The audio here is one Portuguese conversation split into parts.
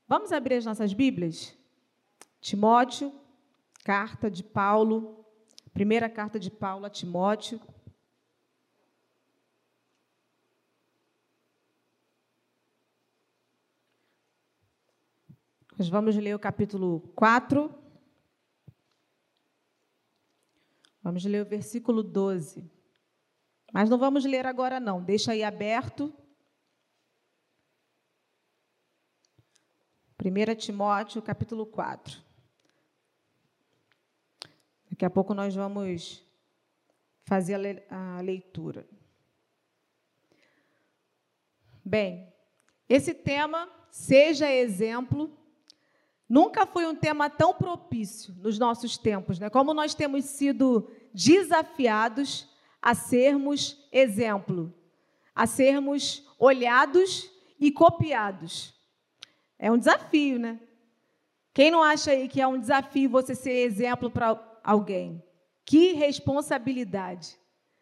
Vamos abrir as nossas Bíblias? Timóteo, carta de Paulo, primeira carta de Paulo a Timóteo. Nós vamos ler o capítulo 4. Vamos ler o versículo 12. Mas não vamos ler agora, não. Deixa aí aberto. 1 Timóteo, capítulo 4. Daqui a pouco nós vamos fazer a leitura. Bem, esse tema, seja exemplo, nunca foi um tema tão propício nos nossos tempos, né? Como nós temos sido desafiados a sermos exemplo, a sermos olhados e copiados. É um desafio, né? Quem não acha aí que é um desafio você ser exemplo para alguém? Que responsabilidade.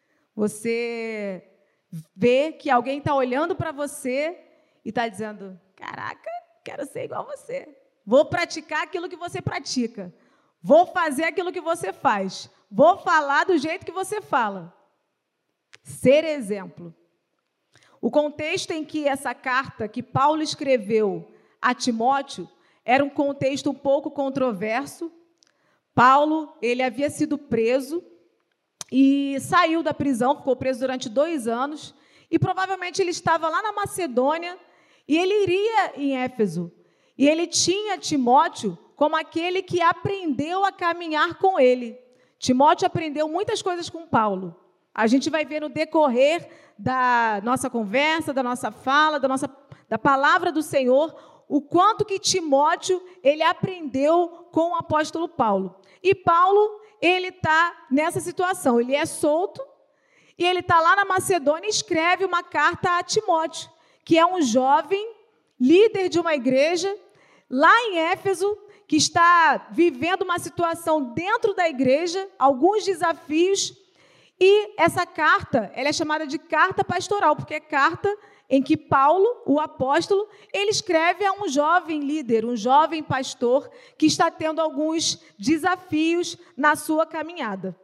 Você vê que alguém está olhando para você e está dizendo, caraca, quero ser igual a você. Vou praticar aquilo que você pratica. Vou fazer aquilo que você faz. Vou falar do jeito que você fala. Ser exemplo. O contexto em que essa carta que Paulo escreveu a Timóteo era um contexto um pouco controverso. Paulo, ele havia sido preso e saiu da prisão, ficou preso durante 2 anos, e provavelmente ele estava lá na Macedônia e ele iria em Éfeso. E ele tinha Timóteo como aquele que aprendeu a caminhar com ele. Timóteo aprendeu muitas coisas com Paulo. A gente vai ver no decorrer da nossa conversa, da nossa fala, da palavra do Senhor, o quanto que Timóteo ele aprendeu com o apóstolo Paulo. E Paulo, ele está nessa situação, ele é solto e ele está lá na Macedônia e escreve uma carta a Timóteo, que é um jovem líder de uma igreja lá em Éfeso, que está vivendo uma situação dentro da igreja, alguns desafios, e essa carta, ela é chamada de carta pastoral, porque é carta em que Paulo, o apóstolo, ele escreve a um jovem líder, um jovem pastor, que está tendo alguns desafios na sua caminhada.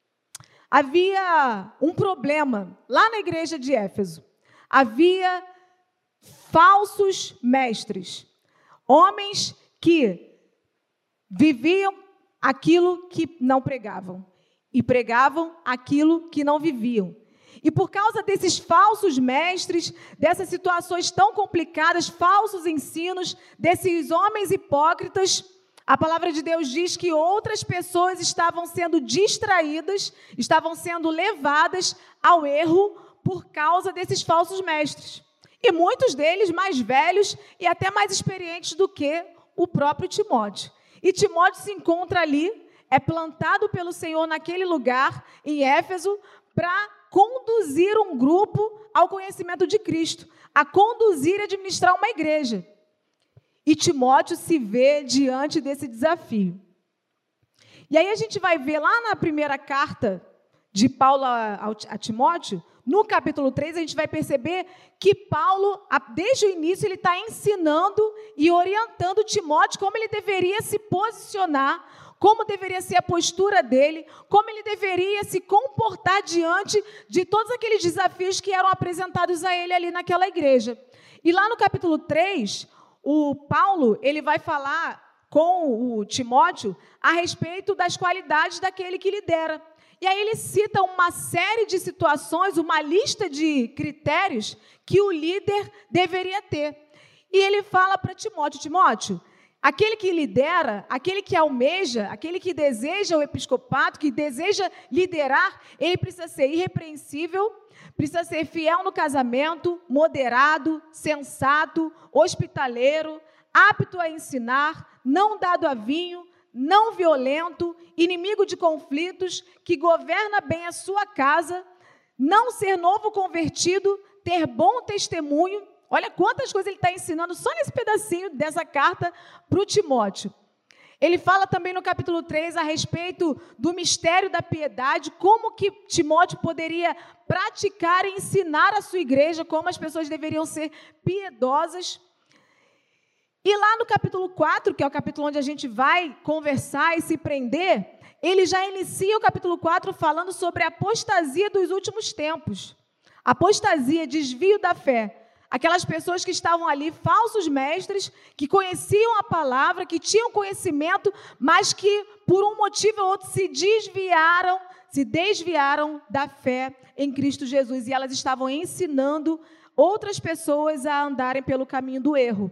Havia um problema lá na igreja de Éfeso. Havia falsos mestres, homens que viviam aquilo que não pregavam e pregavam aquilo que não viviam. E por causa desses falsos mestres, dessas situações tão complicadas, falsos ensinos, desses homens hipócritas, a palavra de Deus diz que outras pessoas estavam sendo distraídas, estavam sendo levadas ao erro por causa desses falsos mestres. E muitos deles mais velhos e até mais experientes do que o próprio Timóteo. E Timóteo se encontra ali, é plantado pelo Senhor naquele lugar, em Éfeso, para conduzir um grupo ao conhecimento de Cristo, a conduzir e administrar uma igreja. E Timóteo se vê diante desse desafio. E aí a gente vai ver lá na primeira carta de Paulo a Timóteo, no capítulo 3, a gente vai perceber que Paulo, desde o início, ele está ensinando e orientando Timóteo como ele deveria se posicionar, como deveria ser a postura dele, como ele deveria se comportar diante de todos aqueles desafios que eram apresentados a ele ali naquela igreja. E lá no capítulo 3, o Paulo ele vai falar com o Timóteo a respeito das qualidades daquele que lidera. E aí ele cita uma série de situações, uma lista de critérios que o líder deveria ter. E ele fala para Timóteo, Timóteo, aquele que lidera, aquele que almeja, aquele que deseja o episcopato, que deseja liderar, ele precisa ser irrepreensível, precisa ser fiel no casamento, moderado, sensato, hospitaleiro, apto a ensinar, não dado a vinho, não violento, inimigo de conflitos, que governa bem a sua casa, não ser novo convertido, ter bom testemunho. Olha quantas coisas ele está ensinando só nesse pedacinho dessa carta para o Timóteo. Ele fala também no capítulo 3 a respeito do mistério da piedade, como que Timóteo poderia praticar e ensinar a sua igreja, como as pessoas deveriam ser piedosas. E lá no capítulo 4, que é o capítulo onde a gente vai conversar e se prender, ele já inicia o capítulo 4 falando sobre a apostasia dos últimos tempos. Apostasia, desvio da fé. Aquelas pessoas que estavam ali, falsos mestres, que conheciam a palavra, que tinham conhecimento, mas que por um motivo ou outro se desviaram da fé em Cristo Jesus. E elas estavam ensinando outras pessoas a andarem pelo caminho do erro.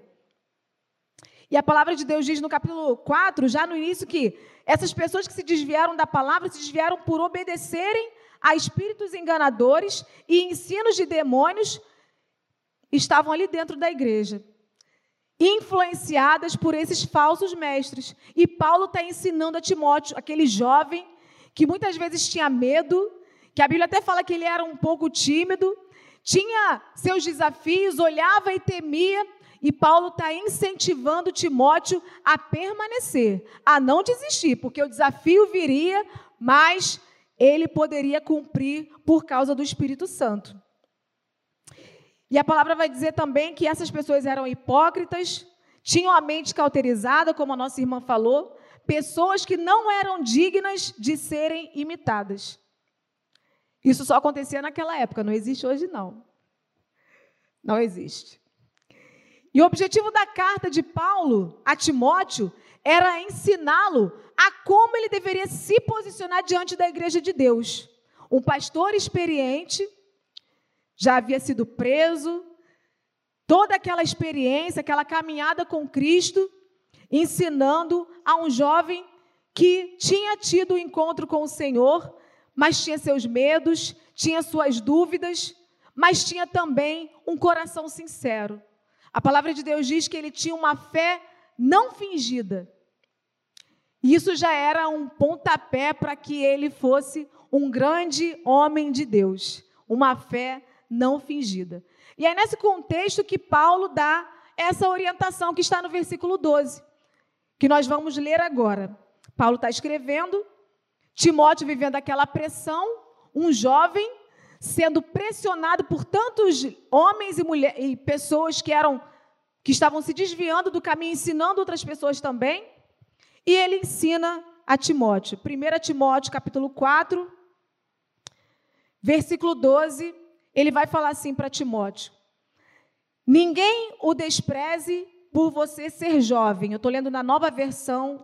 E a palavra de Deus diz no capítulo 4, já no início, que essas pessoas que se desviaram da palavra, se desviaram por obedecerem a espíritos enganadores e ensinos de demônios, estavam ali dentro da igreja, influenciadas por esses falsos mestres. E Paulo está ensinando a Timóteo, aquele jovem que muitas vezes tinha medo, que a Bíblia até fala que ele era um pouco tímido, tinha seus desafios, olhava e temia, e Paulo está incentivando Timóteo a permanecer, a não desistir, porque o desafio viria, mas ele poderia cumprir por causa do Espírito Santo. E a palavra vai dizer também que essas pessoas eram hipócritas, tinham a mente cauterizada, como a nossa irmã falou, pessoas que não eram dignas de serem imitadas. Isso só acontecia naquela época, não existe hoje não. Não existe. E o objetivo da carta de Paulo a Timóteo era ensiná-lo a como ele deveria se posicionar diante da igreja de Deus. Um pastor experiente, já havia sido preso, toda aquela experiência, aquela caminhada com Cristo, ensinando a um jovem que tinha tido um encontro com o Senhor, mas tinha seus medos, tinha suas dúvidas, mas tinha também um coração sincero. A palavra de Deus diz que ele tinha uma fé não fingida. E isso já era um pontapé para que ele fosse um grande homem de Deus, uma fé não fingida. E é nesse contexto que Paulo dá essa orientação que está no versículo 12, que nós vamos ler agora. Paulo está escrevendo, Timóteo vivendo aquela pressão, um jovem sendo pressionado por tantos homens e mulheres e pessoas que estavam se desviando do caminho, ensinando outras pessoas também, e ele ensina a Timóteo. 1 Timóteo, capítulo 4, versículo 12, ele vai falar assim para Timóteo: ninguém o despreze por você ser jovem. Eu estou lendo na nova versão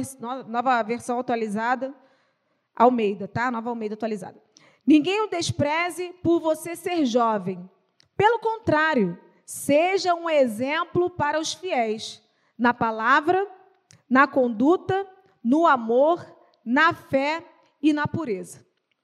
atualizada, Almeida, tá? Nova Almeida atualizada. Ninguém o despreze por você ser jovem. Pelo contrário, seja um exemplo para os fiéis, na palavra, na conduta, no amor, na fé e na pureza.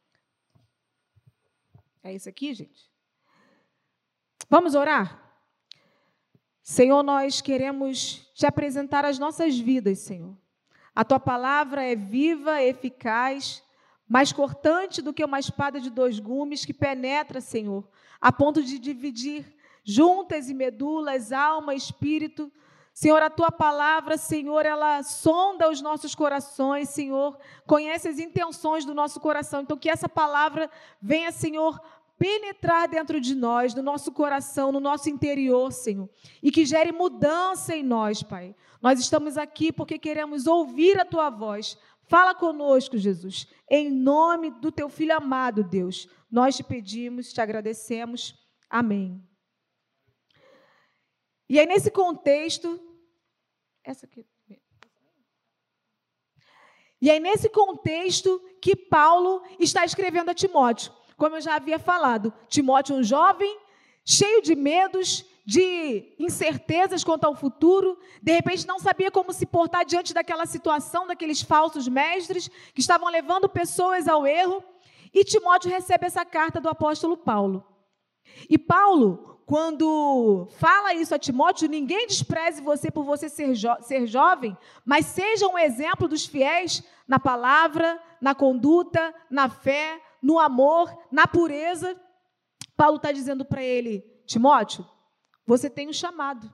É isso aqui, gente? Vamos orar? Senhor, nós queremos te apresentar as nossas vidas, Senhor. A tua palavra é viva, eficaz, mais cortante do que uma espada de 2 gumes, que penetra, Senhor, a ponto de dividir juntas e medulas, alma e espírito. Senhor, a tua palavra, Senhor, ela sonda os nossos corações, Senhor, conhece as intenções do nosso coração. Então, que essa palavra venha, Senhor, penetrar dentro de nós, no nosso coração, no nosso interior, Senhor, e que gere mudança em nós, Pai. Nós estamos aqui porque queremos ouvir a tua voz. Fala conosco, Jesus, em nome do teu Filho amado, Deus. Nós te pedimos, te agradecemos. Amém. E aí, nesse contexto, que Paulo está escrevendo a Timóteo. Como eu já havia falado, Timóteo, um jovem, cheio de medos, de incertezas quanto ao futuro, de repente não sabia como se portar diante daquela situação, daqueles falsos mestres que estavam levando pessoas ao erro, e Timóteo recebe essa carta do apóstolo Paulo. E Paulo, quando fala isso a Timóteo, ninguém despreze você por você ser jovem, mas seja um exemplo dos fiéis na palavra, na conduta, na fé, no amor, na pureza. Paulo está dizendo para ele: Timóteo, você tem um chamado.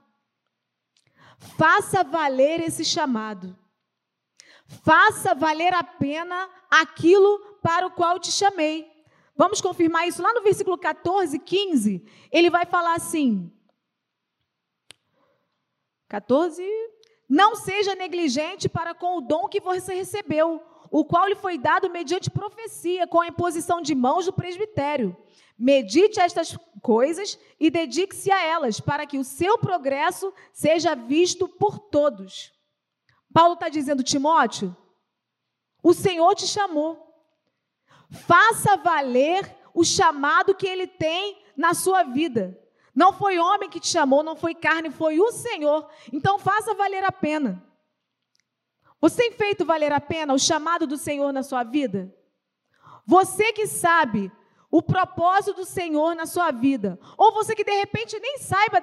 Faça valer esse chamado. Faça valer a pena aquilo para o qual te chamei. Vamos confirmar isso lá no versículo 14, 15. Ele vai falar assim. 14. Não seja negligente para com o dom que você recebeu, o qual lhe foi dado mediante profecia, com a imposição de mãos do presbitério. Medite estas coisas e dedique-se a elas, para que o seu progresso seja visto por todos. Paulo está dizendo, Timóteo, o Senhor te chamou. Faça valer o chamado que Ele tem na sua vida. Não foi homem que te chamou, não foi carne, foi o Senhor. Então faça valer a pena. Você tem feito valer a pena o chamado do Senhor na sua vida? Você que sabe o propósito do Senhor na sua vida, ou você que de repente nem saiba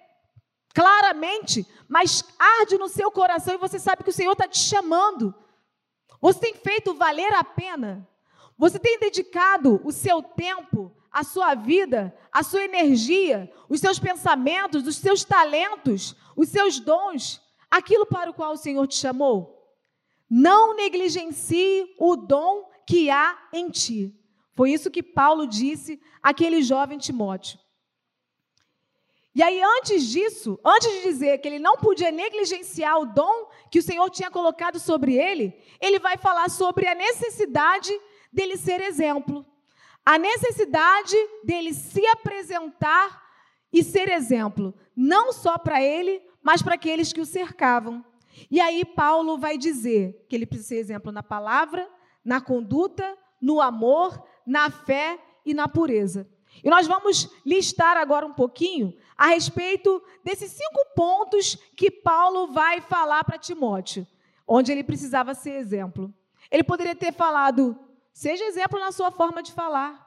claramente, mas arde no seu coração e você sabe que o Senhor está te chamando. Você tem feito valer a pena? Você tem dedicado o seu tempo, a sua vida, a sua energia, os seus pensamentos, os seus talentos, os seus dons, aquilo para o qual o Senhor te chamou? Não negligencie o dom que há em ti. Foi isso que Paulo disse àquele jovem Timóteo. E aí, antes disso, antes de dizer que ele não podia negligenciar o dom que o Senhor tinha colocado sobre ele vai falar sobre a necessidade dele ser exemplo. A necessidade dele se apresentar e ser exemplo, não só para ele, mas para aqueles que o cercavam. E aí Paulo vai dizer que ele precisa ser exemplo na palavra, na conduta, no amor, na fé e na pureza. E nós vamos listar agora um pouquinho a respeito desses 5 pontos que Paulo vai falar para Timóteo, onde ele precisava ser exemplo. Ele poderia ter falado, seja exemplo na sua forma de falar.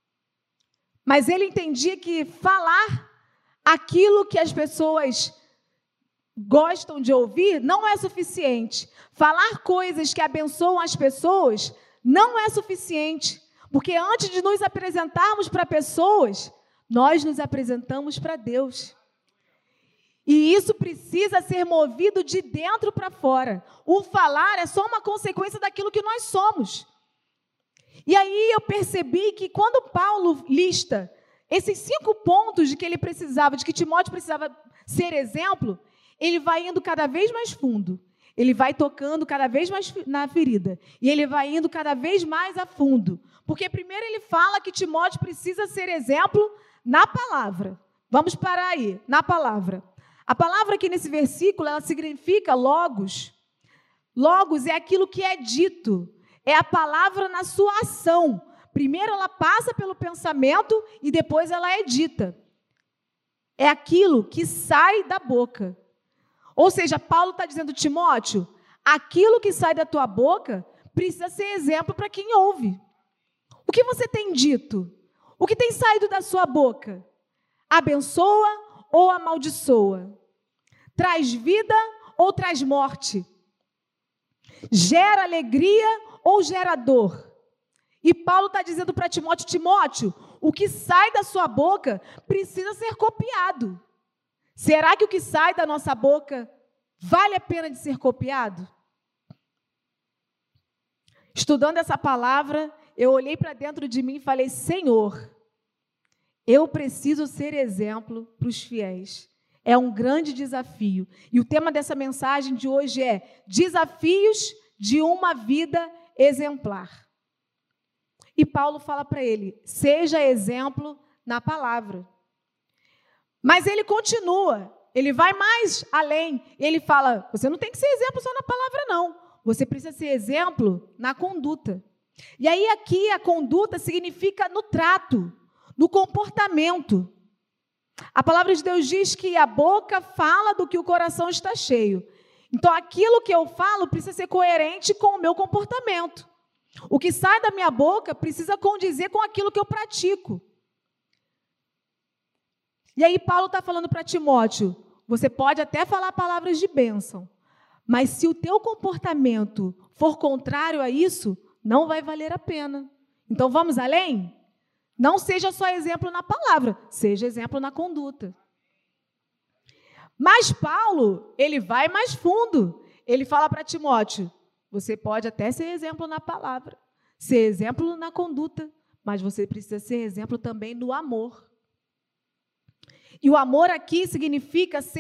Mas ele entendia que falar aquilo que as pessoas gostam de ouvir não é suficiente. Falar coisas que abençoam as pessoas não é suficiente. Porque antes de nos apresentarmos para pessoas, nós nos apresentamos para Deus. E isso precisa ser movido de dentro para fora. O falar é só uma consequência daquilo que nós somos. E aí eu percebi que quando Paulo lista esses 5 pontos de que ele precisava, de que Timóteo precisava ser exemplo, ele vai indo cada vez mais fundo. Ele vai tocando cada vez mais na ferida. E ele vai indo cada vez mais a fundo. Porque primeiro ele fala que Timóteo precisa ser exemplo na palavra. Vamos parar aí, na palavra. A palavra aqui nesse versículo, ela significa logos. Logos é aquilo que é dito. É a palavra na sua ação. Primeiro ela passa pelo pensamento e depois ela é dita. É aquilo que sai da boca. Ou seja, Paulo está dizendo, Timóteo, aquilo que sai da tua boca precisa ser exemplo para quem ouve. O que você tem dito? O que tem saído da sua boca? Abençoa ou amaldiçoa? Traz vida ou traz morte? Gera alegria ou gera dor? E Paulo está dizendo para Timóteo, Timóteo, o que sai da sua boca precisa ser copiado. Será que o que sai da nossa boca vale a pena de ser copiado? Estudando essa palavra, eu olhei para dentro de mim e falei, Senhor, eu preciso ser exemplo para os fiéis. É um grande desafio. E o tema dessa mensagem de hoje é Desafios de uma Vida Exemplar. E Paulo fala para ele, seja exemplo na palavra. Mas ele continua, ele vai mais além. Ele fala, você não tem que ser exemplo só na palavra, não. Você precisa ser exemplo na conduta. E aí aqui a conduta significa no trato, no comportamento. A palavra de Deus diz que a boca fala do que o coração está cheio. Então aquilo que eu falo precisa ser coerente com o meu comportamento. O que sai da minha boca precisa condizer com aquilo que eu pratico. E aí Paulo está falando para Timóteo, você pode até falar palavras de bênção, mas se o teu comportamento for contrário a isso, não vai valer a pena. Então vamos além? Não seja só exemplo na palavra, seja exemplo na conduta. Mas Paulo, ele vai mais fundo. Ele fala para Timóteo, você pode até ser exemplo na palavra, ser exemplo na conduta, mas você precisa ser exemplo também no amor. E o amor aqui significa ser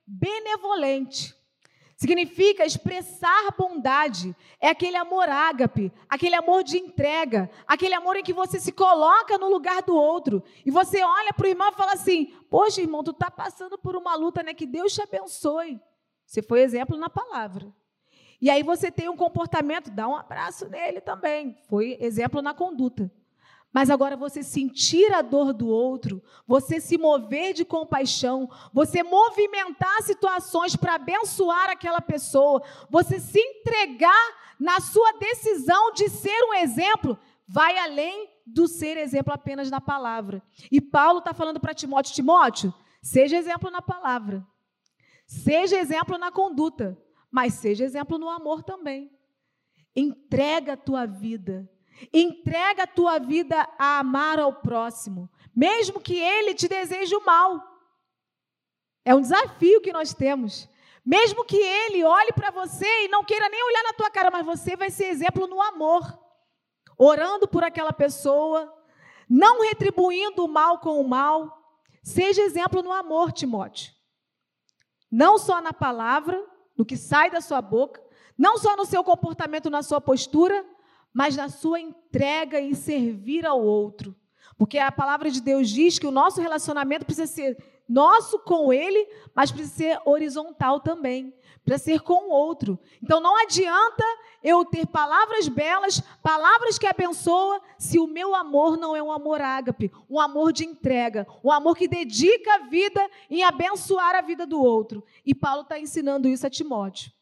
benevolente. Significa expressar bondade. É aquele amor ágape, aquele amor de entrega, aquele amor em que você se coloca no lugar do outro. E você olha para o irmão e fala assim, poxa, irmão, tu está passando por uma luta, né? Que Deus te abençoe. Você foi exemplo na palavra. E aí você tem um comportamento, dá um abraço nele também. Foi exemplo na conduta. Mas agora você sentir a dor do outro, você se mover de compaixão, você movimentar situações para abençoar aquela pessoa, você se entregar na sua decisão de ser um exemplo, vai além do ser exemplo apenas na palavra. E Paulo está falando para Timóteo, Timóteo, seja exemplo na palavra, seja exemplo na conduta, mas seja exemplo no amor também. Entrega a tua vida. Entrega a tua vida a amar ao próximo, mesmo que ele te deseje o mal. É um desafio que nós temos. Mesmo que ele olhe para você e não queira nem olhar na tua cara, mas você vai ser exemplo no amor, orando por aquela pessoa, não retribuindo o mal com o mal. Seja exemplo no amor, Timóteo. Não só na palavra, no que sai da sua boca, não só no seu comportamento, na sua postura, mas na sua entrega em servir ao outro. Porque a palavra de Deus diz que o nosso relacionamento precisa ser nosso com Ele, mas precisa ser horizontal também, precisa ser com o outro. Então não adianta eu ter palavras belas, palavras que abençoam, se o meu amor não é um amor ágape, um amor de entrega, um amor que dedica a vida em abençoar a vida do outro. E Paulo está ensinando isso a Timóteo.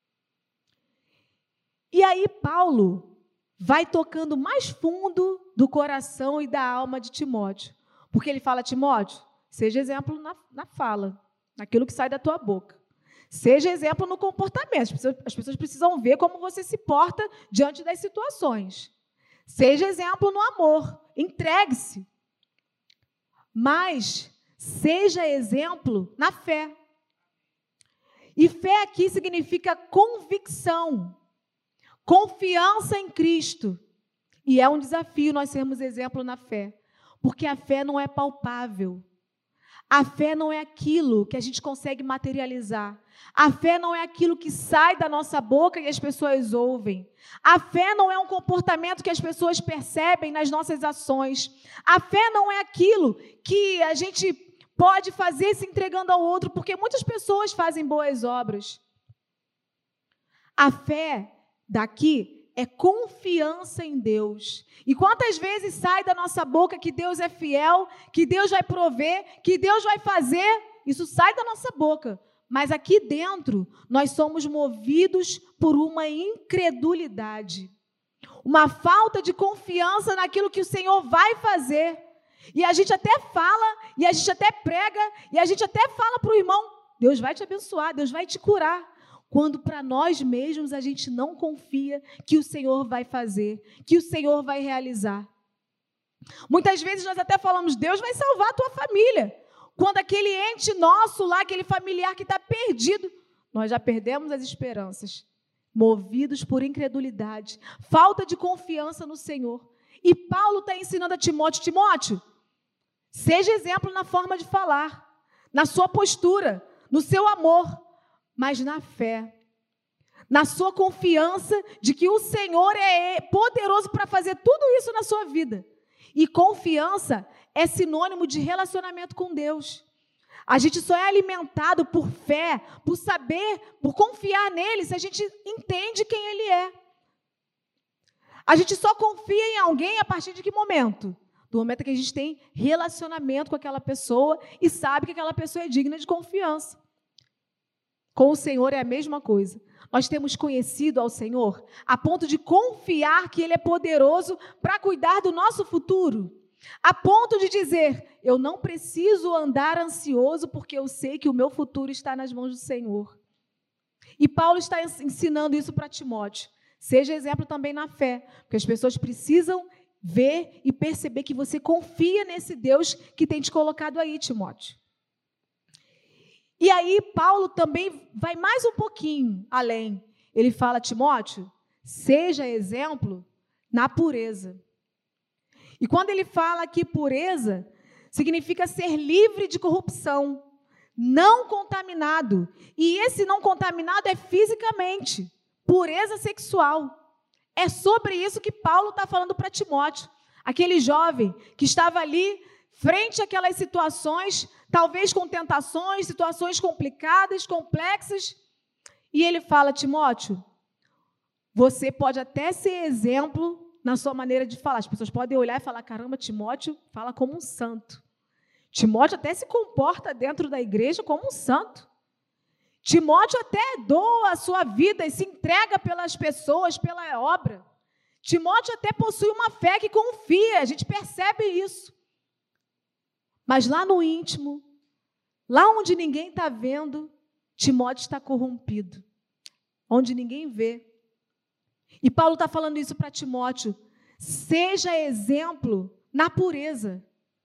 E aí Paulo vai tocando mais fundo do coração e da alma de Timóteo. Porque ele fala, Timóteo, seja exemplo na fala, naquilo que sai da tua boca. Seja exemplo no comportamento. As pessoas precisam ver como você se porta diante das situações. Seja exemplo no amor. Entregue-se. Mas seja exemplo na fé. E fé aqui significa convicção. Confiança em Cristo. E é um desafio nós sermos exemplo na fé. Porque a fé não é palpável. A fé não é aquilo que a gente consegue materializar. A fé não é aquilo que sai da nossa boca e as pessoas ouvem. A fé não é um comportamento que as pessoas percebem nas nossas ações. A fé não é aquilo que a gente pode fazer se entregando ao outro, porque muitas pessoas fazem boas obras. A fé daqui é confiança em Deus. E quantas vezes sai da nossa boca que Deus é fiel, que Deus vai prover, que Deus vai fazer, isso sai da nossa boca. Mas aqui dentro, nós somos movidos por uma incredulidade, uma falta de confiança naquilo que o Senhor vai fazer. E a gente até fala, e a gente até prega, e a gente até fala para o irmão, Deus vai te abençoar, Deus vai te curar. Quando para nós mesmos a gente não confia que o Senhor vai fazer, que o Senhor vai realizar. Muitas vezes nós até falamos, Deus vai salvar a tua família. Quando aquele ente nosso lá, aquele familiar que está perdido, nós já perdemos as esperanças, movidos por incredulidade, falta de confiança no Senhor. E Paulo está ensinando a Timóteo, Timóteo, seja exemplo na forma de falar, na sua postura, no seu amor, mas na fé, na sua confiança de que o Senhor é poderoso para fazer tudo isso na sua vida. E confiança é sinônimo de relacionamento com Deus. A gente só é alimentado por fé, por saber, por confiar nele, se a gente entende quem ele é. A gente só confia em alguém a partir de que momento? Do momento que a gente tem relacionamento com aquela pessoa e sabe que aquela pessoa é digna de confiança. Com o Senhor é a mesma coisa. Nós temos conhecido ao Senhor a ponto de confiar que Ele é poderoso para cuidar do nosso futuro. A ponto de dizer, eu não preciso andar ansioso porque eu sei que o meu futuro está nas mãos do Senhor. E Paulo está ensinando isso para Timóteo. Seja exemplo também na fé, porque as pessoas precisam ver e perceber que você confia nesse Deus que tem te colocado aí, Timóteo. E aí Paulo também vai mais um pouquinho além. Ele fala, Timóteo, seja exemplo na pureza. E quando ele fala aqui pureza, significa ser livre de corrupção, não contaminado. E esse não contaminado é fisicamente, pureza sexual. É sobre isso que Paulo está falando para Timóteo. Aquele jovem que estava ali, frente àquelas situações, talvez com tentações, situações complicadas, complexas. E ele fala, Timóteo, você pode até ser exemplo na sua maneira de falar. As pessoas podem olhar e falar, caramba, Timóteo fala como um santo. Timóteo até se comporta dentro da igreja como um santo. Timóteo até doa a sua vida e se entrega pelas pessoas, pela obra. Timóteo até possui uma fé que confia, a gente percebe isso. Mas lá no íntimo, lá onde ninguém está vendo, Timóteo está corrompido, onde ninguém vê. E Paulo está falando isso para Timóteo, seja exemplo na pureza.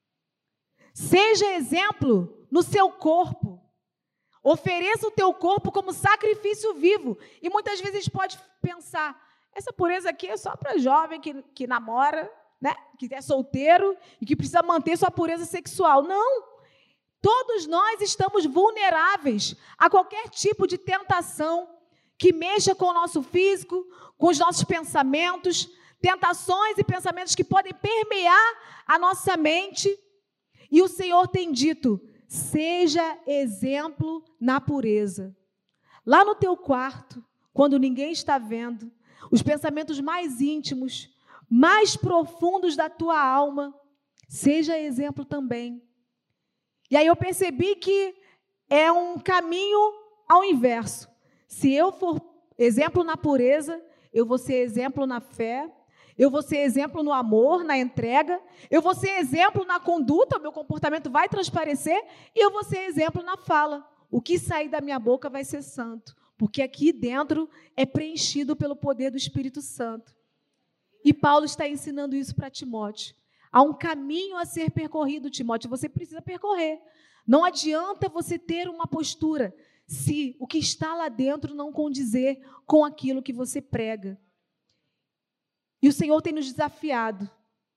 Seja exemplo no seu corpo. Ofereça o teu corpo como sacrifício vivo. E muitas vezes a gente pode pensar, essa pureza aqui é só para jovem que namora, né? Que é solteiro e que precisa manter sua pureza sexual. Não! Todos nós estamos vulneráveis a qualquer tipo de tentação que mexa com o nosso físico, com os nossos pensamentos, tentações e pensamentos que podem permear a nossa mente. E o Senhor tem dito, seja exemplo na pureza. Lá no teu quarto, quando ninguém está vendo, os pensamentos mais íntimos, mais profundos da tua alma, seja exemplo também. E aí eu percebi que é um caminho ao inverso. Se eu for exemplo na pureza, eu vou ser exemplo na fé, eu vou ser exemplo no amor, na entrega, eu vou ser exemplo na conduta, o meu comportamento vai transparecer, e eu vou ser exemplo na fala. O que sair da minha boca vai ser santo, porque aqui dentro é preenchido pelo poder do Espírito Santo. E Paulo está ensinando isso para Timóteo. Há um caminho a ser percorrido, Timóteo, você precisa percorrer. Não adianta você ter uma postura se o que está lá dentro não condizer com aquilo que você prega. E o Senhor tem nos desafiado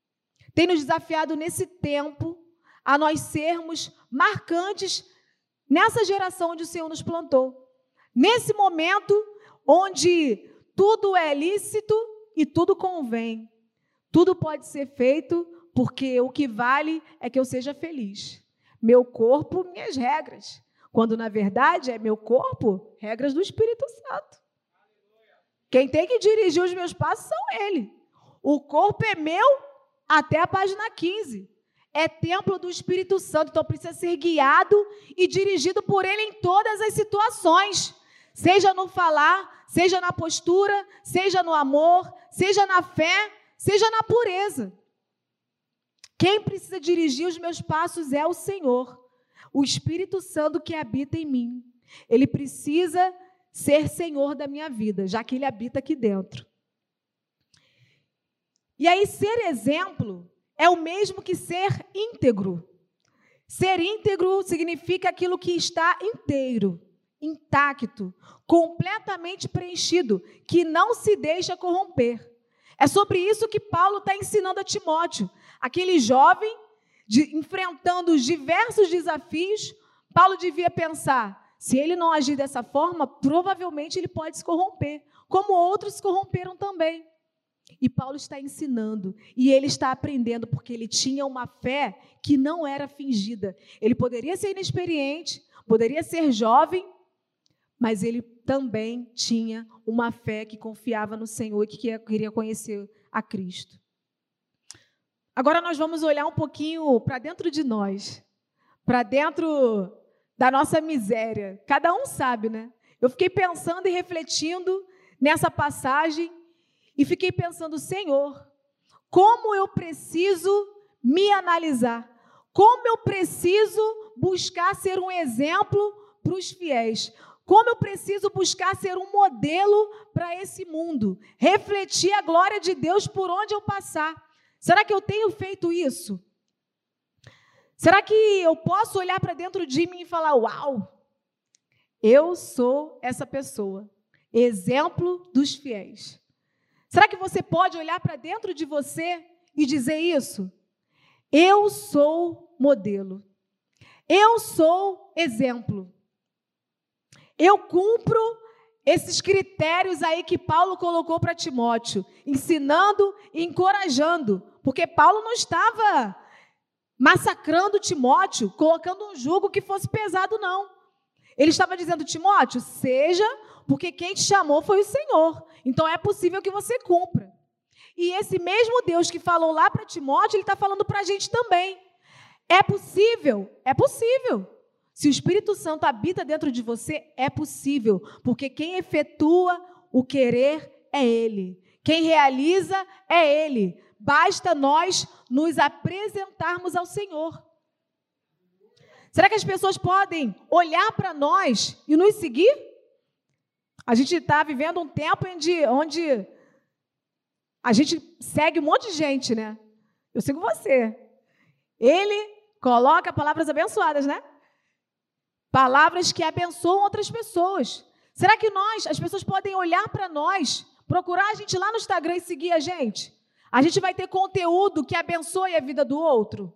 nesse tempo a nós sermos marcantes nessa geração onde o Senhor nos plantou. Nesse momento onde tudo é lícito e tudo convém. Tudo pode ser feito porque o que vale é que eu seja feliz. Meu corpo, minhas regras. Quando, na verdade, é meu corpo, regras do Espírito Santo. Quem tem que dirigir os meus passos são Ele. O corpo é meu até a página 15. É templo do Espírito Santo, então precisa ser guiado e dirigido por Ele em todas as situações. Seja no falar, seja na postura, seja no amor, seja na fé, seja na pureza. Quem precisa dirigir os meus passos é o Senhor, o Espírito Santo que habita em mim. Ele precisa ser Senhor da minha vida, já que Ele habita aqui dentro. E aí, ser exemplo é o mesmo que ser íntegro. Ser íntegro significa aquilo que está inteiro, intacto, completamente preenchido, que não se deixa corromper. É sobre isso que Paulo está ensinando a Timóteo. Aquele jovem, enfrentando os diversos desafios, Paulo devia pensar, se ele não agir dessa forma, provavelmente ele pode se corromper, como outros se corromperam também. E Paulo está ensinando, e ele está aprendendo, porque ele tinha uma fé que não era fingida. Ele poderia ser inexperiente, poderia ser jovem, mas ele também tinha uma fé que confiava no Senhor e que queria conhecer a Cristo. Agora nós vamos olhar um pouquinho para dentro de nós, para dentro da nossa miséria. Cada um sabe, né? Eu fiquei pensando e refletindo nessa passagem e fiquei pensando, Senhor, como eu preciso me analisar, como eu preciso buscar ser um exemplo para os fiéis, como eu preciso buscar ser um modelo para esse mundo, refletir a glória de Deus por onde eu passar. Será que eu tenho feito isso? Será que eu posso olhar para dentro de mim e falar, uau, eu sou essa pessoa, exemplo dos fiéis? Será que você pode olhar para dentro de você e dizer isso? Eu sou modelo. Eu sou exemplo. Eu cumpro esses critérios aí que Paulo colocou para Timóteo, ensinando e encorajando, porque Paulo não estava massacrando Timóteo, colocando um jugo que fosse pesado, não. Ele estava dizendo: Timóteo, seja, porque quem te chamou foi o Senhor, então é possível que você cumpra. E esse mesmo Deus que falou lá para Timóteo, Ele está falando para a gente também. É possível? É possível. Se o Espírito Santo habita dentro de você, é possível, porque quem efetua o querer é Ele. Quem realiza é Ele. Basta nós nos apresentarmos ao Senhor. Será que as pessoas podem olhar para nós e nos seguir? A gente está vivendo um tempo onde a gente segue um monte de gente, né? Eu sigo você. Ele coloca palavras abençoadas, né? Palavras que abençoam outras pessoas. Será que as pessoas podem olhar para nós, procurar a gente lá no Instagram e seguir a gente? A gente vai ter conteúdo que abençoe a vida do outro?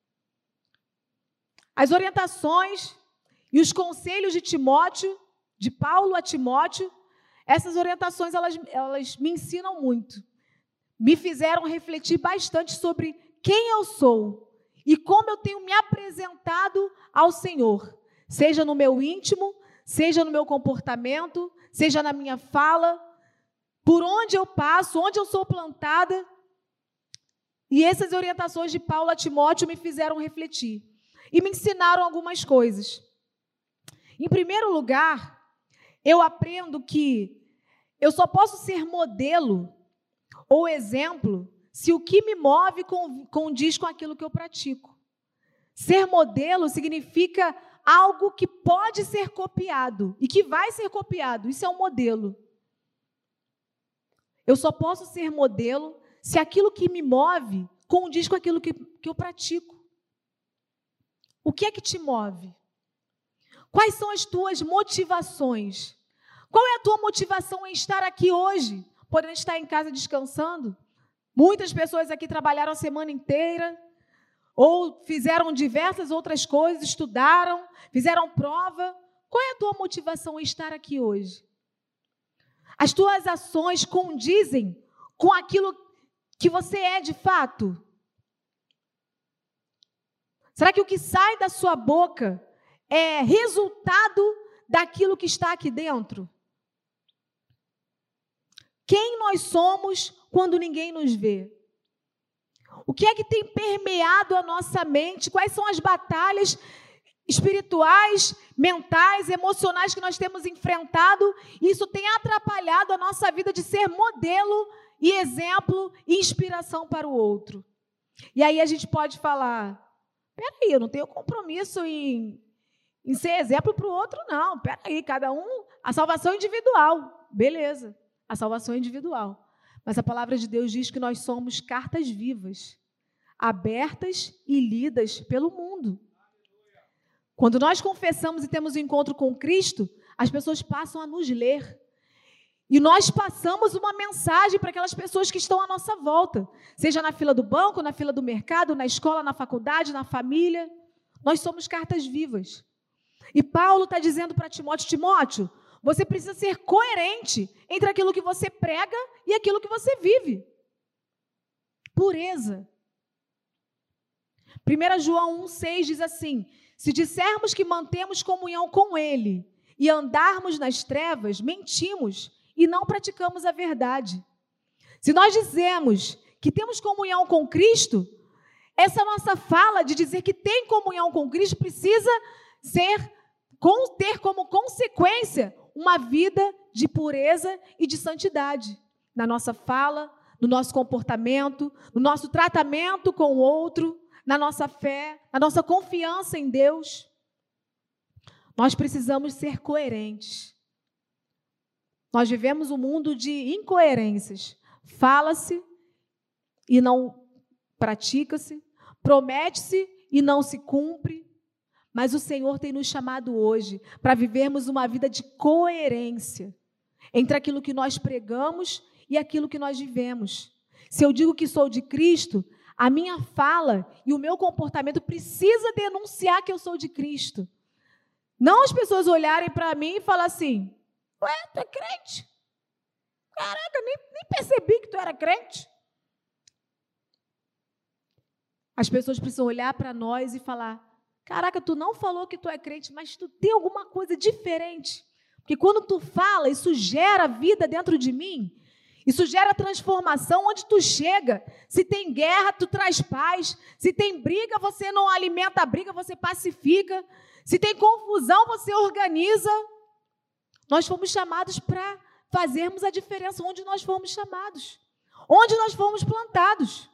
As orientações e os conselhos de Timóteo, de Paulo a Timóteo, essas orientações, elas me ensinam muito. Me fizeram refletir bastante sobre quem eu sou e como eu tenho me apresentado ao Senhor. Seja no meu íntimo, seja no meu comportamento, seja na minha fala, por onde eu passo, onde eu sou plantada. E essas orientações de Paulo a Timóteo me fizeram refletir e me ensinaram algumas coisas. Em primeiro lugar, eu aprendo que eu só posso ser modelo ou exemplo se o que me move condiz com aquilo que eu pratico. Ser modelo significa algo que pode ser copiado e que vai ser copiado. Isso é um modelo. Eu só posso ser modelo se aquilo que me move condiz com aquilo que eu pratico. O que é que te move? Quais são as tuas motivações? Qual é a tua motivação em estar aqui hoje, podendo estar em casa descansando? Muitas pessoas aqui trabalharam a semana inteira, ou fizeram diversas outras coisas, estudaram, fizeram prova. Qual é a tua motivação em estar aqui hoje? As tuas ações condizem com aquilo que você é de fato? Será que o que sai da sua boca é resultado daquilo que está aqui dentro? Quem nós somos quando ninguém nos vê? O que é que tem permeado a nossa mente? Quais são as batalhas espirituais, mentais, emocionais que nós temos enfrentado? Isso tem atrapalhado a nossa vida de ser modelo e exemplo e inspiração para o outro. E aí a gente pode falar: peraí, eu não tenho compromisso em ser exemplo para o outro, não. Peraí, cada um, a salvação é individual. Beleza, a salvação é individual. Mas a palavra de Deus diz que nós somos cartas vivas, abertas e lidas pelo mundo. Quando nós confessamos e temos um encontro com Cristo, as pessoas passam a nos ler. E nós passamos uma mensagem para aquelas pessoas que estão à nossa volta. Seja na fila do banco, na fila do mercado, na escola, na faculdade, na família. Nós somos cartas vivas. E Paulo está dizendo para Timóteo: Timóteo, você precisa ser coerente entre aquilo que você prega e aquilo que você vive. Pureza. 1 João 1,6 diz assim: se dissermos que mantemos comunhão com Ele e andarmos nas trevas, mentimos e não praticamos a verdade. Se nós dizemos que temos comunhão com Cristo, essa nossa fala de dizer que tem comunhão com Cristo precisa ter como consequência uma vida de pureza e de santidade na nossa fala, no nosso comportamento, no nosso tratamento com o outro, na nossa fé, na nossa confiança em Deus. Nós precisamos ser coerentes. Nós vivemos um mundo de incoerências. Fala-se e não pratica-se, promete-se e não se cumpre. Mas o Senhor tem nos chamado hoje para vivermos uma vida de coerência entre aquilo que nós pregamos e aquilo que nós vivemos. Se eu digo que sou de Cristo, A minha fala e o meu comportamento precisa denunciar que eu sou de Cristo. Não as pessoas olharem para mim e falar assim, ué, tu é crente? Caraca, nem percebi que tu era crente. As pessoas precisam olhar para nós e falar, caraca, tu não falou que tu é crente, mas tu tem alguma coisa diferente. Porque quando tu fala, isso gera vida dentro de mim. Isso gera transformação onde tu chega. Se tem guerra, tu traz paz. Se tem briga, você não alimenta a briga, você pacifica. Se tem confusão, você organiza. Nós fomos chamados para fazermos a diferença onde nós fomos chamados. Onde nós fomos plantados.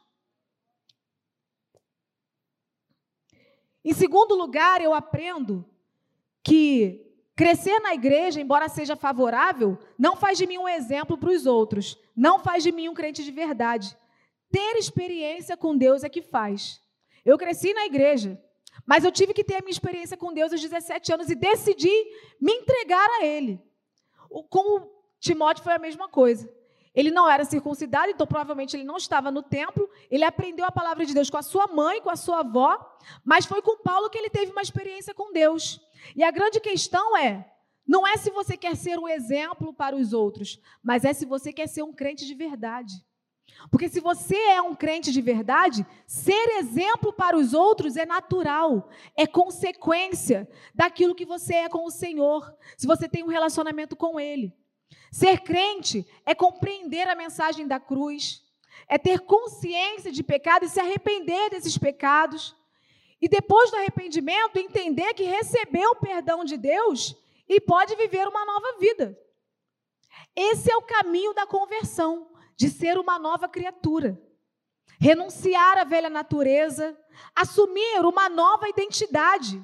Em segundo lugar, eu aprendo que crescer na igreja, embora seja favorável, não faz de mim um exemplo para os outros. Não faz de mim um crente de verdade. Ter experiência com Deus é que faz. Eu cresci na igreja, mas eu tive que ter a minha experiência com Deus aos 17 anos e decidi me entregar a Ele. Com o Timóteo foi a mesma coisa. Ele não era circuncidado, então provavelmente ele não estava no templo. Ele aprendeu a palavra de Deus com a sua mãe, com a sua avó, mas foi com Paulo que ele teve uma experiência com Deus. E a grande questão não é se você quer ser um exemplo para os outros, mas é se você quer ser um crente de verdade. Porque se você é um crente de verdade, ser exemplo para os outros é natural, é consequência daquilo que você é com o Senhor, se você tem um relacionamento com Ele. Ser crente é compreender a mensagem da cruz, é ter consciência de pecado e se arrepender desses pecados. E depois do arrependimento, entender que recebeu o perdão de Deus e pode viver uma nova vida. Esse é o caminho da conversão, de ser uma nova criatura. Renunciar à velha natureza, assumir uma nova identidade.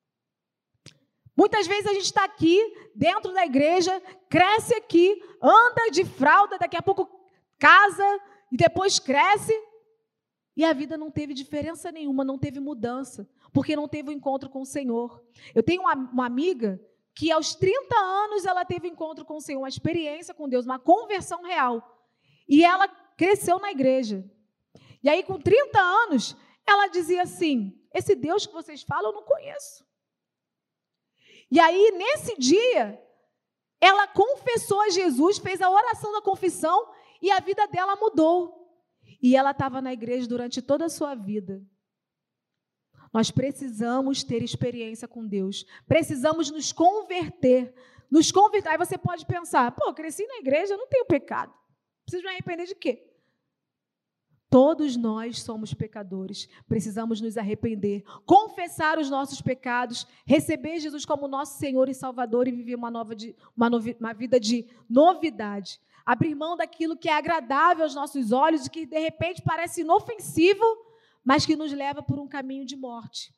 Muitas vezes a gente está aqui, dentro da igreja, cresce aqui, anda de fralda, daqui a pouco casa e depois cresce. E a vida não teve diferença nenhuma, não teve mudança, porque não teve o encontro com o Senhor. Eu tenho uma amiga que aos 30 anos ela teve encontro com o Senhor, uma experiência com Deus, uma conversão real. E ela cresceu na igreja. E aí com 30 anos, ela dizia assim, esse Deus que vocês falam eu não conheço. E aí, nesse dia, ela confessou a Jesus, fez a oração da confissão e a vida dela mudou. E ela estava na igreja durante toda a sua vida. Nós precisamos ter experiência com Deus. Precisamos nos converter. Nos converter. Aí você pode pensar, cresci na igreja, eu não tenho pecado. Preciso me arrepender de quê? Todos nós somos pecadores, precisamos nos arrepender, confessar os nossos pecados, receber Jesus como nosso Senhor e Salvador e viver uma vida de novidade. Abrir mão daquilo que é agradável aos nossos olhos e que de repente parece inofensivo, mas que nos leva por um caminho de morte.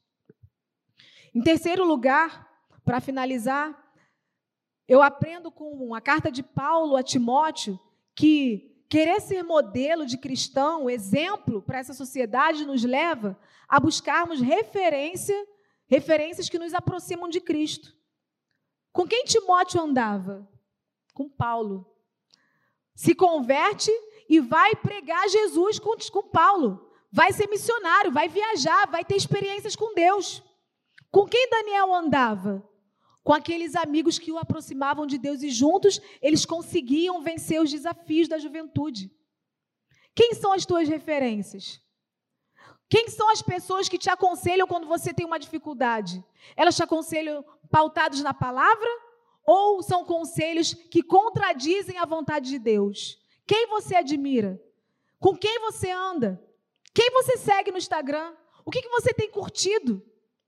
Em terceiro lugar, para finalizar, eu aprendo com a carta de Paulo a Timóteo que querer ser modelo de cristão, exemplo para essa sociedade, nos leva a buscarmos referências que nos aproximam de Cristo. Com quem Timóteo andava? Com Paulo. Se converte e vai pregar Jesus com Paulo. Vai ser missionário, vai viajar, vai ter experiências com Deus. Com quem Daniel andava? Com aqueles amigos que o aproximavam de Deus e juntos eles conseguiam vencer os desafios da juventude. Quem são as tuas referências? Quem são as pessoas que te aconselham quando você tem uma dificuldade? Elas te aconselham pautados na palavra ou são conselhos que contradizem a vontade de Deus? Quem você admira? Com quem você anda? Quem você segue no Instagram? O que você tem curtido?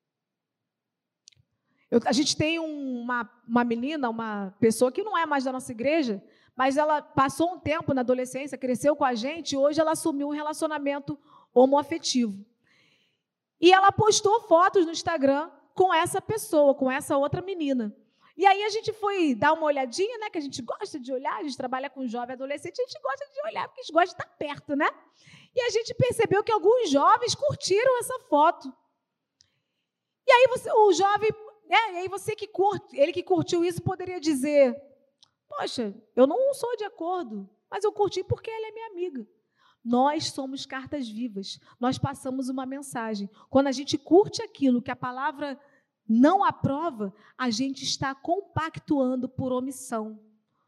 A gente tem uma menina, uma pessoa que não é mais da nossa igreja, mas ela passou um tempo na adolescência, cresceu com a gente, e hoje ela assumiu um relacionamento homoafetivo. E ela postou fotos no Instagram com essa pessoa, com essa outra menina. E aí a gente foi dar uma olhadinha, né, que a gente gosta de olhar, a gente trabalha com jovem adolescente, a gente gosta de olhar, porque a gente gosta de estar perto, né? E a gente percebeu que alguns jovens curtiram essa foto. E aí o jovem... E aí você que curte, ele que curtiu isso poderia dizer, poxa, eu não sou de acordo, mas eu curti porque ela é minha amiga. Nós somos cartas vivas, nós passamos uma mensagem. Quando a gente curte aquilo que a palavra não aprova, a gente está compactuando por omissão.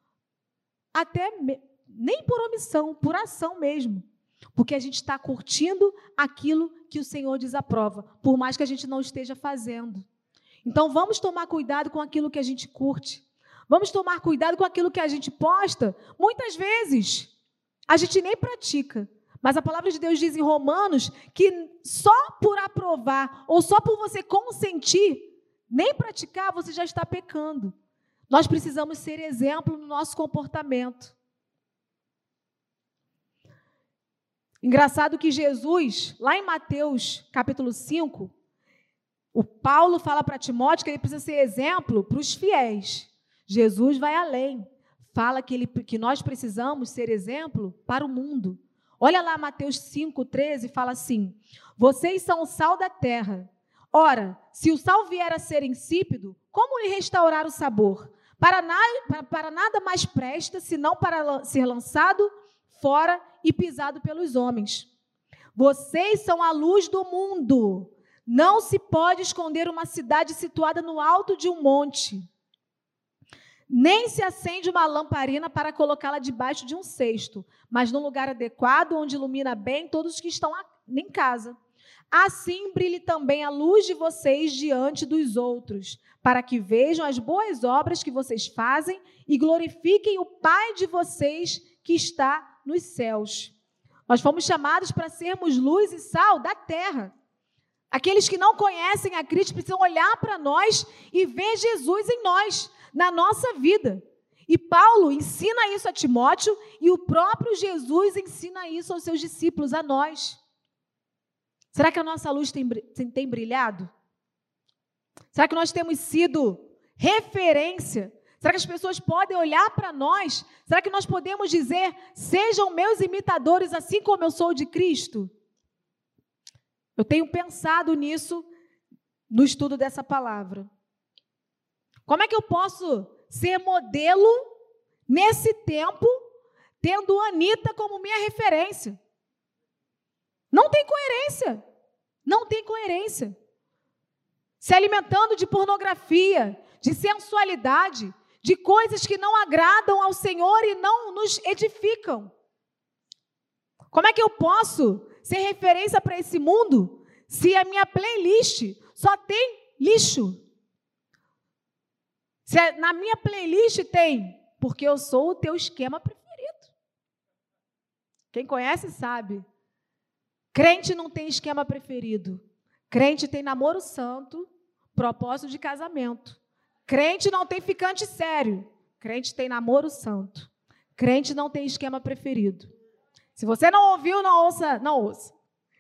Nem por omissão, por ação mesmo. Porque a gente está curtindo aquilo que o Senhor desaprova, por mais que a gente não esteja fazendo. Então, vamos tomar cuidado com aquilo que a gente curte. Vamos tomar cuidado com aquilo que a gente posta. Muitas vezes, a gente nem pratica. Mas a palavra de Deus diz em Romanos que só por aprovar ou só por você consentir, nem praticar, você já está pecando. Nós precisamos ser exemplo no nosso comportamento. Engraçado que Jesus, lá em Mateus capítulo 5, o Paulo fala para Timóteo que ele precisa ser exemplo para os fiéis. Jesus vai além, fala que nós precisamos ser exemplo para o mundo. Olha lá Mateus 5,13, fala assim: vocês são o sal da terra. Ora, se o sal vier a ser insípido, como lhe restaurar o sabor? Para nada mais presta, senão para ser lançado fora e pisado pelos homens. Vocês são a luz do mundo. Não se pode esconder uma cidade situada no alto de um monte. Nem se acende uma lamparina para colocá-la debaixo de um cesto, mas num lugar adequado, onde ilumina bem todos os que estão em casa. Assim brilhe também a luz de vocês diante dos outros, para que vejam as boas obras que vocês fazem e glorifiquem o Pai de vocês que está nos céus. Nós fomos chamados para sermos luz e sal da terra. Aqueles que não conhecem a Cristo precisam olhar para nós e ver Jesus em nós, na nossa vida. E Paulo ensina isso a Timóteo e o próprio Jesus ensina isso aos seus discípulos, a nós. Será que a nossa luz tem brilhado? Será que nós temos sido referência? Será que as pessoas podem olhar para nós? Será que nós podemos dizer, sejam meus imitadores assim como eu sou de Cristo? Eu tenho pensado nisso no estudo dessa palavra. Como é que eu posso ser modelo nesse tempo, tendo Anitta como minha referência? Não tem coerência. Não tem coerência. Se alimentando de pornografia, de sensualidade, de coisas que não agradam ao Senhor e não nos edificam. Como é que eu posso ser referência para esse mundo se a minha playlist só tem lixo? Se na minha playlist tem, porque eu sou o teu esquema preferido. Quem conhece sabe. Crente não tem esquema preferido. Crente tem namoro santo, propósito de casamento. Crente não tem ficante sério. Crente tem namoro santo. Crente não tem esquema preferido. Se você não ouviu, não ouça, não ouça.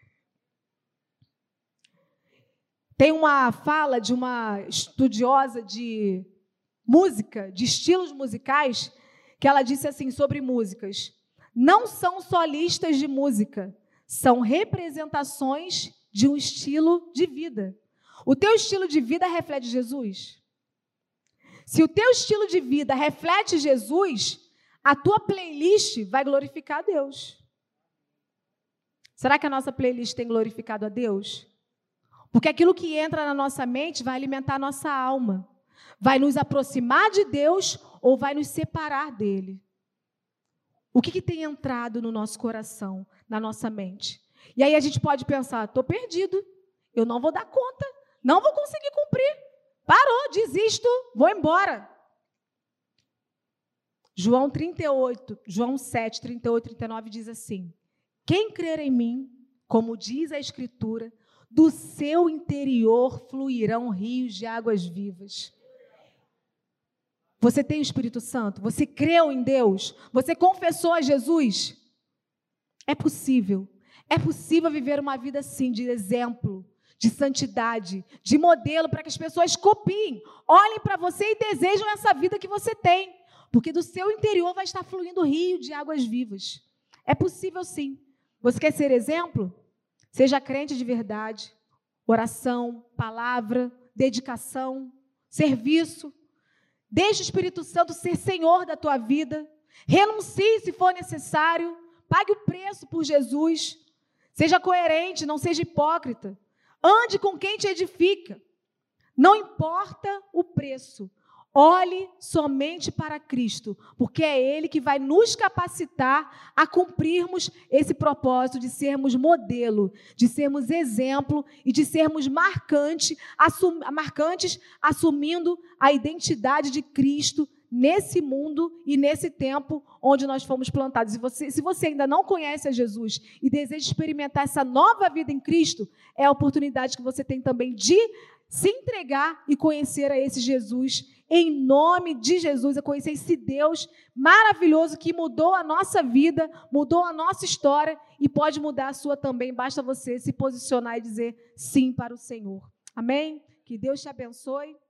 Tem uma fala de uma estudiosa de música, de estilos musicais, que ela disse assim sobre músicas: não são só listas de música, são representações de um estilo de vida. O teu estilo de vida reflete Jesus? Se o teu estilo de vida reflete Jesus, a tua playlist vai glorificar a Deus. Será que a nossa playlist tem glorificado a Deus? Porque aquilo que entra na nossa mente vai alimentar a nossa alma. Vai nos aproximar de Deus ou vai nos separar dele? O que tem entrado no nosso coração, na nossa mente? E aí a gente pode pensar, estou perdido, eu não vou dar conta, não vou conseguir cumprir. Parou, desisto, vou embora. João 7, 38, 39 diz assim: quem crer em mim, como diz a Escritura, do seu interior fluirão rios de águas vivas. Você tem o Espírito Santo? Você creu em Deus? Você confessou a Jesus? É possível. É possível viver uma vida assim, de exemplo, de santidade, de modelo, para que as pessoas copiem, olhem para você e desejam essa vida que você tem. Porque do seu interior vai estar fluindo rio de águas vivas. É possível sim. Você quer ser exemplo? Seja crente de verdade. Oração, palavra, dedicação, serviço. Deixe o Espírito Santo ser Senhor da tua vida. Renuncie se for necessário Pague o preço por Jesus. Seja coerente, não seja hipócrita. Ande com quem te edifica. Não importa o preço. Olhe somente para Cristo, porque é Ele que vai nos capacitar a cumprirmos esse propósito de sermos modelo, de sermos exemplo e de sermos marcantes, assumindo a identidade de Cristo nesse mundo e nesse tempo onde nós fomos plantados. Se você ainda não conhece a Jesus e deseja experimentar essa nova vida em Cristo, é a oportunidade que você tem também de se entregar e conhecer a esse Jesus, em nome de Jesus, a conhecer esse Deus maravilhoso que mudou a nossa vida, mudou a nossa história e pode mudar a sua também. Basta você se posicionar e dizer sim para o Senhor. Amém? Que Deus te abençoe.